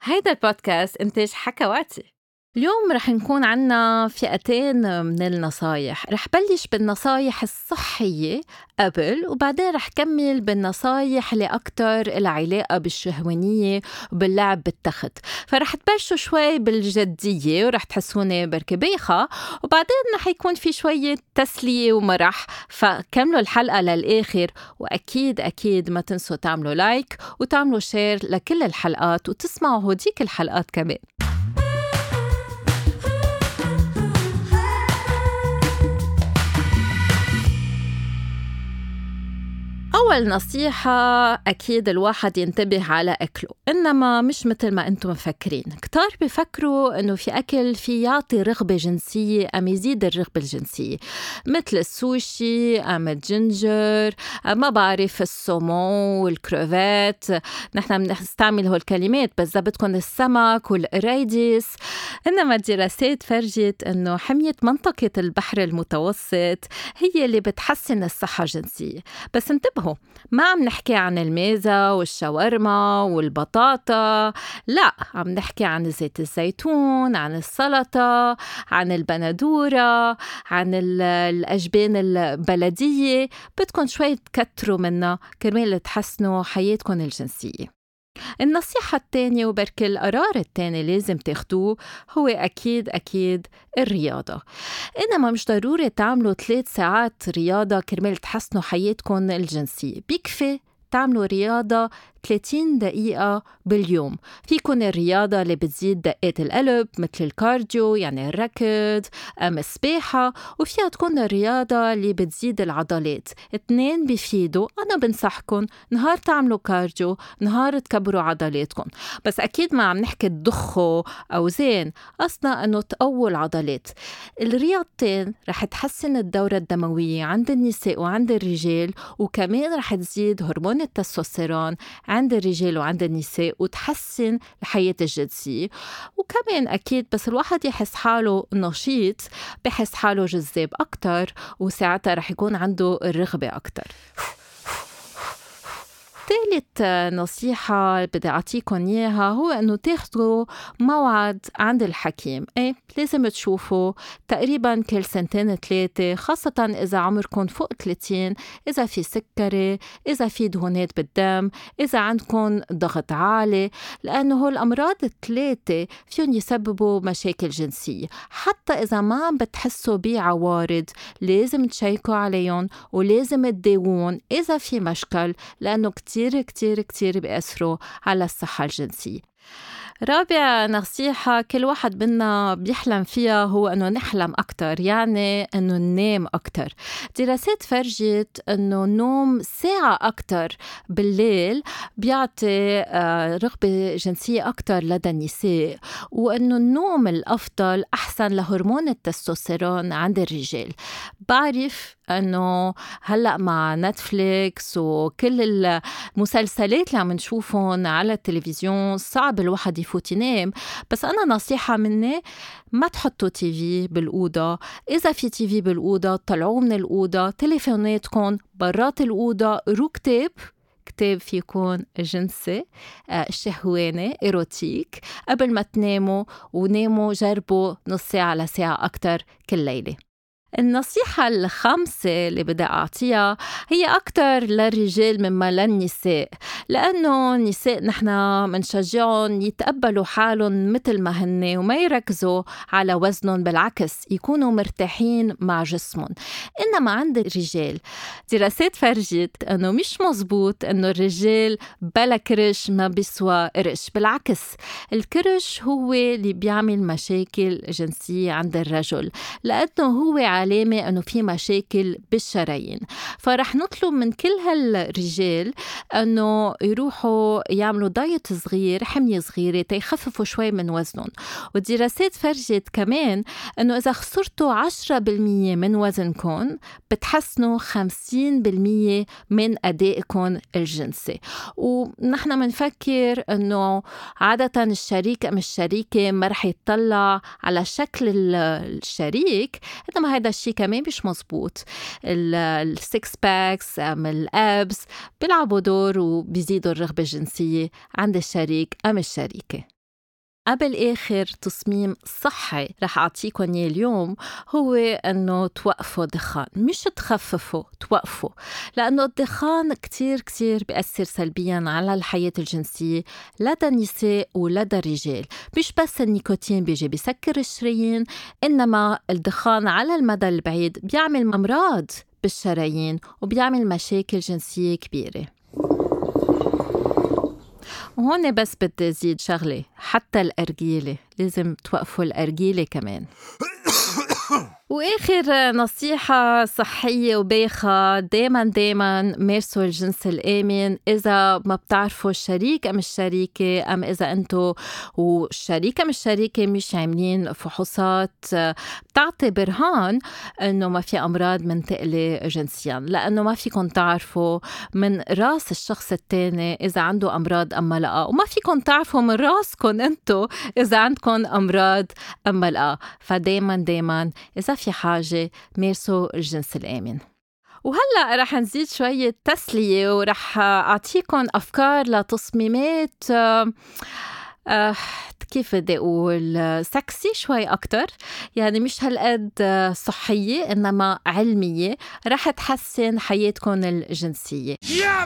هيدا البودكاست إنتاج حكواتي. اليوم رح نكون عنا فئتين من النصايح. رح بلش بالنصايح الصحية قبل، وبعدين رح كمل بالنصايح اللي أكتر العلاقة بالشهوانية وباللعب بالتخت. فرح تبلشوا شوي بالجدية ورح تحسوني بركي بيخة، وبعدين رح يكون في شوية تسلية ومرح. فكملوا الحلقة للآخر، وأكيد أكيد ما تنسوا تعملوا لايك وتعملوا شير لكل الحلقات وتسمعوا هوديك الحلقات كمان. أول نصيحة، أكيد الواحد ينتبه على أكله، إنما مش مثل ما أنتم مفكرين. كتار بيفكروا إنه في أكل في يعطي رغبة جنسية أم يزيد الرغبة الجنسية، مثل السوشي أم الجنجر، ما بعرف السومون والكروفات. نحن بنستعمل هول الكلمات بس إذا بدكم السمك والقريديس. إنما الدراسات فرجت إنه حمية منطقة البحر المتوسط هي اللي بتحسن الصحة الجنسية. بس انتبهوا، ما عم نحكي عن الميزة والشاورما والبطاطا، لا، عم نحكي عن زيت الزيتون، عن السلطة، عن البندورة، عن الأجبان البلدية. بدكم شوي تكتروا منها كرمال تحسنوا حياتكم الجنسية. النصيحة التانية وبركي القرار التاني لازم تاخدوه هو أكيد الرياضة. إنما مش ضروري تعملوا 3 ساعات رياضة كرمال تحسنوا حياتكم الجنسية. بيكفي تعملوا رياضة 30 دقيقة باليوم. فيكن الرياضة اللي بتزيد دقات القلب مثل الكارديو، يعني الركض أم السباحة، وفيها تكون الرياضة اللي بتزيد العضلات. 2 بيفيدوا. أنا بنصحكم نهار تعملوا كارديو، نهار تكبروا عضلاتكم. بس أكيد ما عم نحكي تضخوا أوزان، أصلا أنه تقووا العضلات. الرياضتين رح تحسن الدورة الدموية عند النساء وعند الرجال، وكمان رح تزيد هرمون التستوستيرون عند الرجال وعند النساء وتحسن الحياة الجنسية. وكمان أكيد بس الواحد يحس حاله نشيط بحس حاله جذاب أكتر، وساعتها رح يكون عنده الرغبة أكتر. ثالث نصيحة بدي أعطيكم إياها هو أنه تاخدوا موعد عند الحكيم. لازم تشوفوا تقريبا كل 2-3، خاصة إذا عمركم فوق 30، إذا في سكري، إذا في دهونات بالدم، إذا عندكم ضغط عالي، لأنه هول الأمراض 3 فيهم يسببوا مشاكل جنسية. حتى إذا ما عم بتحسوا بعوارض لازم تشيكوا عليهم ولازم تداوون إذا في مشكل، لأنه كتير بيأثروا على الصحة الجنسية. رابع نصيحة كل واحد منا بيحلم فيها هو أنه نحلم أكتر، يعني أنه ننام أكتر. دراسات فرجت أنه النوم ساعة أكتر بالليل بيعطي رغبة جنسية أكتر لدى النساء، وأنه النوم الأفضل أحسن لهرمون التستوستيرون عند الرجال. بعرف أنه هلأ مع نتفليكس وكل المسلسلات اللي عم نشوفهم على التلفزيون صعب الواحد يفوت ينام، بس أنا نصيحة مني ما تحطوا تيفي بالأوضة. إذا في تيفي بالأوضة طلعوه من الأوضة، تليفوناتكم برات الأوضة، رو كتاب فيكون جنسي شهواني إيروتيك قبل ما تناموا، وناموا جربوا نص ساعة لساعة أكتر كل ليلة. النصيحة الخامسة اللي بدي أعطيها هي أكتر للرجال مما للنساء، لأنه النساء نحن منشجعهم يتقبلوا حالهم مثل ما هن وما يركزوا على وزنهم، بالعكس يكونوا مرتاحين مع جسمهم. إنما عند الرجال دراسات فرجت أنه مش مزبوط أنه الرجال بلا كرش ما بيسوى قرش. بالعكس، الكرش هو اللي بيعمل مشاكل جنسية عند الرجل، لأنه هو علامة أنه في مشاكل بالشرايين. فرح نطلب من كل هالرجال أنه يروحوا يعملوا دايت صغير، حمية صغيرة تيخففوا شوي من وزنهم. والدراسات فرجت كمان أنه إذا خسرتوا 10% من وزنكم بتحسنوا 50% من أدائكم الجنسي. ونحن منفكر أنه عادة الشريك أم الشريكة ما رح يتطلع على شكل الشريك، إنما هذا الشيء كمان مش مزبوط. السكس باكس أم الأبس بيلعبوا دور وبيزيدوا الرغبة الجنسية عند الشريك أم الشريكة. قبل آخر تصميم صحي رح أعطيكم إياه اليوم هو أنه توقفوا دخان، مش تخففوا، توقفوا، لأنه الدخان كتير بيأثر سلبياً على الحياة الجنسية لدى النساء ولدى الرجال. مش بس النيكوتين بيجي بيسكر الشرايين، إنما الدخان على المدى البعيد بيعمل أمراض بالشرايين وبيعمل مشاكل جنسية كبيرة. وهون بس بدي أزيد شغلة، حتى الأرجيلة لازم توقفوا الأرجيلة كمان. وآخر نصيحة صحية وبايخة، دايماً مارسوا الجنس الآمن. إذا ما بتعرفوا الشريك أم الشريكة، أم إذا أنتوا والشريك أم الشريكة مش عاملين فحوصات بتعطي برهان أنه ما في أمراض منتقلة جنسياً، لأنه ما فيكن تعرفوا من راس الشخص التاني إذا عنده أمراض أم لا، وما فيكن تعرفوا من راسكن أنتوا إذا عندكن أمراض أم لا. فدايماً إذا في حاجة مارسوا الجنس الآمن. وهلأ رح نزيد شوية تسلية ورح أعطيكم أفكار لتصميمات كيف بدي أقول سكسي شوي أكتر، يعني مش هالقد صحية إنما علمية، رح تحسن حياتكم الجنسية.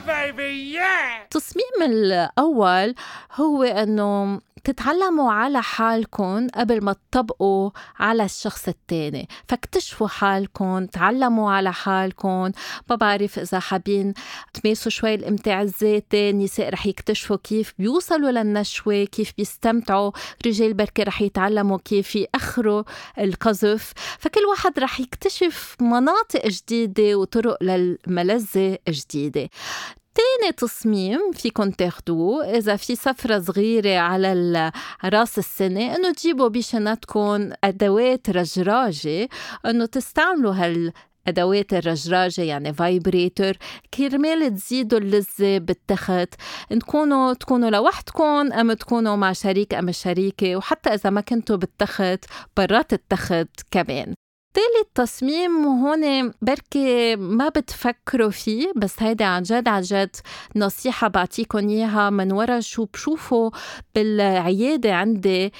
التصميم الأول هو أنه تتعلموا على حالكم قبل ما تطبقوا على الشخص التاني. فاكتشفوا حالكم، تعلموا على حالكم. ما بعرف إذا حابين تمارسوا شوي الإمتاع الذاتي، النساء رح يكتشفوا كيف بيوصلوا للنشوة، كيف بيستمتعوا، رجال بركة رح يتعلموا كيف يأخروا القذف. فكل واحد رح يكتشف مناطق جديدة وطرق للملذة جديدة. تاني تصميم فيكن تاخدوه إذا في سفرة صغيرة على راس السنة، إنه تجيبوا بشنطكن أدوات رجراجة، إنه تستعملوا أدوات الرجراجة يعني فايبريتر كرمال تزيدوا اللذة بالتخت. تكونوا لوحدكن أم تكونوا مع شريك أم شريكة، وحتى إذا ما كنتوا بالتخت برات التخت كمان. تالت تصميم هون بركي ما بتفكروا فيه، بس هيدا عن جد نصيحة بعطيكم إياها من ورا شو بشوفوا بالعيادة عندي.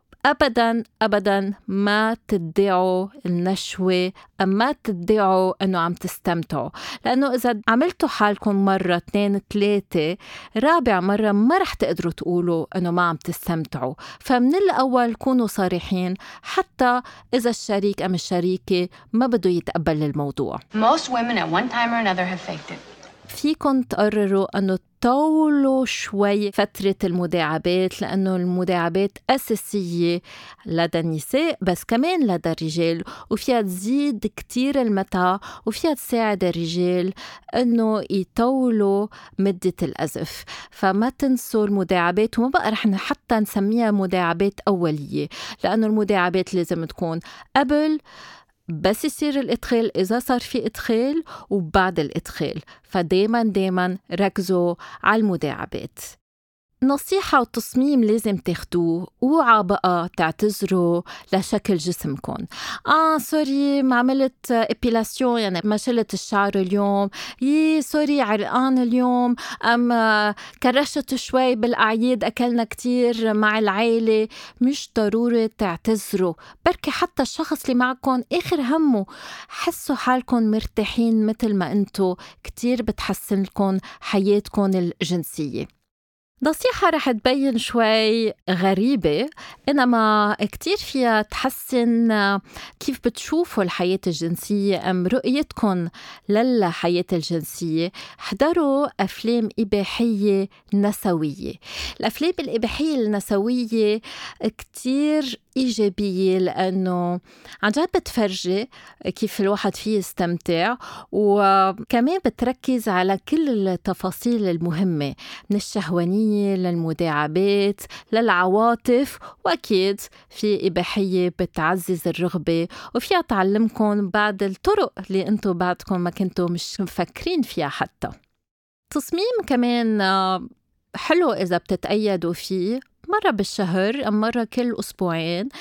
أبداً ما تدعوا النشوة أم ما تدعوا أنه عم تستمتعوا، لأنه إذا عملتوا حالكم مرة 2 3 رابع مرة ما رح تقدروا تقولوا أنه ما عم تستمتعوا. فمن الأول كونوا صريحين، حتى إذا الشريك أم الشريكة ما بده يتقبل الموضوع. Most women at one time or another have faked it. فيكن تقرروا أنه طولوا شوي فترة المداعبات، لأنه المداعبات أساسية لدى النساء بس كمان لدى الرجال، وفيها تزيد كتير المتعة وفيها تساعد الرجال أنه يطولوا مدة الأزف. فما تنسوا المداعبات، وما بقى رح حتى نسميها مداعبات أولية، لأنه المداعبات لازم تكون قبل بس يصير الإدخال إذا صار في إدخال وبعد الإدخال. فدايما ركزوا على المداعبات. نصيحة وتصميم لازم تاخدوه، اوعى بقى تعتذروا لشكل جسمكم. سوري ما عملت إبيلاسيون، يعني ما شلت الشعر اليوم، سوري عرقان اليوم، كرشت شوي بالأعياد، أكلنا كتير مع العائلة. مش ضروري تعتذروا، بركي حتى الشخص اللي معكم آخر همه حسوا حالكم مرتاحين مثل ما انتو، كتير بتحسن لكم حياتكم الجنسية. نصيحة رح تبين شوي غريبة، إنما كتير فيها تحسن كيف بتشوفوا الحياة الجنسية أم رؤيتكم للحياة الجنسية. حضروا أفلام إباحية نسوية. الأفلام الإباحية النسوية كتير إيجابية، لأنه عن جد بتفرجي كيف الواحد فيه يستمتع، وكمان بتركز على كل التفاصيل المهمة من الشهوانية للمداعبات للعواطف، وأكيد في إباحية بتعزز الرغبة وفيها تعلمكم بعض الطرق اللي أنتوا بعدكم ما كنتوا مش مفكرين فيها حتى. تصميم كمان حلو إذا بتتأيدوا فيه مرة بالشهر أو مرة كل أسبوعين،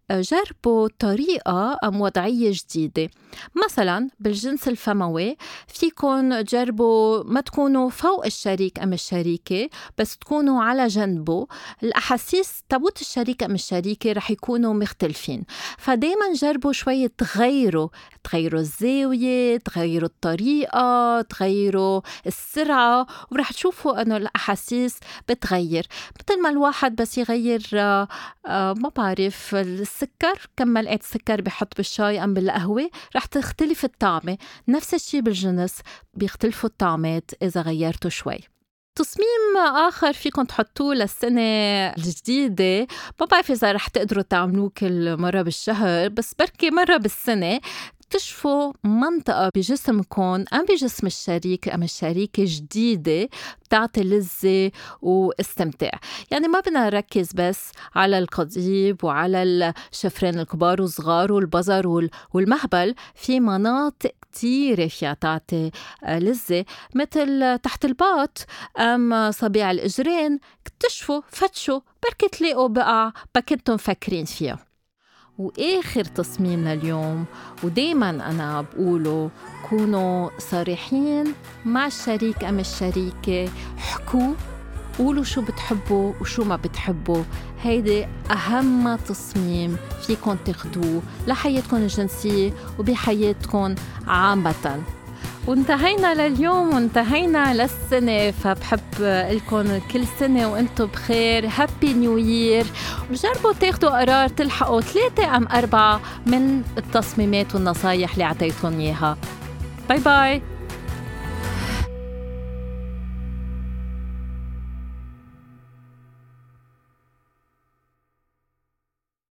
جربوا طريقة أم وضعية جديدة. مثلا بالجنس الفموي فيكن جربوا ما تكونوا فوق الشريك أم الشريكة، بس تكونوا على جنبه. الأحاسيس تبوت الشريك أم الشريكة رح يكونوا مختلفين، فدايما جربوا شوية تغيروا الزاوية، تغيروا الطريقة، تغيروا السرعة، ورح تشوفوا أنه الأحاسيس بتغير. مثل ما الواحد بس يغير ما بعرف السكر، كم ملعقة سكر بيحط بالشاي أم بالقهوة رح تختلف الطعمة. نفس الشي بالجنس، بيختلفوا الطعمات إذا غيرتوا شوي. تصميم آخر فيكم تحطوه للسنة الجديدة، ما بعرف إذا رح تقدروا تعملوه كل مرة بالشهر، بس بركي مرة بالسنة تكتشفوا منطقة بجسمكم أم بجسم الشريك أم الشريكة جديدة بتعطي لذة واستمتاع. يعني ما بدنا نركز بس على القضيب وعلى الشفرين الكبار والصغار والبزر والمهبل، في مناطق كتيرة فيها تعطي لذة، مثل تحت الباط أم صبيع الإجرين. اكتشفوا، فتشوا، بركي تلاقوا بقع ما كنتم فاكرين فيها. وآخر تصميم لليوم، ودايما أنا بقوله، كونوا صريحين مع الشريك أم الشريكة، حكوا، قولوا شو بتحبوا وشو ما بتحبوا. هيدي أهم تصميم فيكن تاخدوه لحياتكم الجنسية وبحياتكم عامة. وانتهينا لليوم وانتهينا للسنة، فبحب لكم كل سنة وانتم بخير. هابي نيو يير. وجربوا تاخدوا قرار تلحقوا 3 أم 4 من التصميمات والنصايح اللي عطيتكم إياها. باي باي.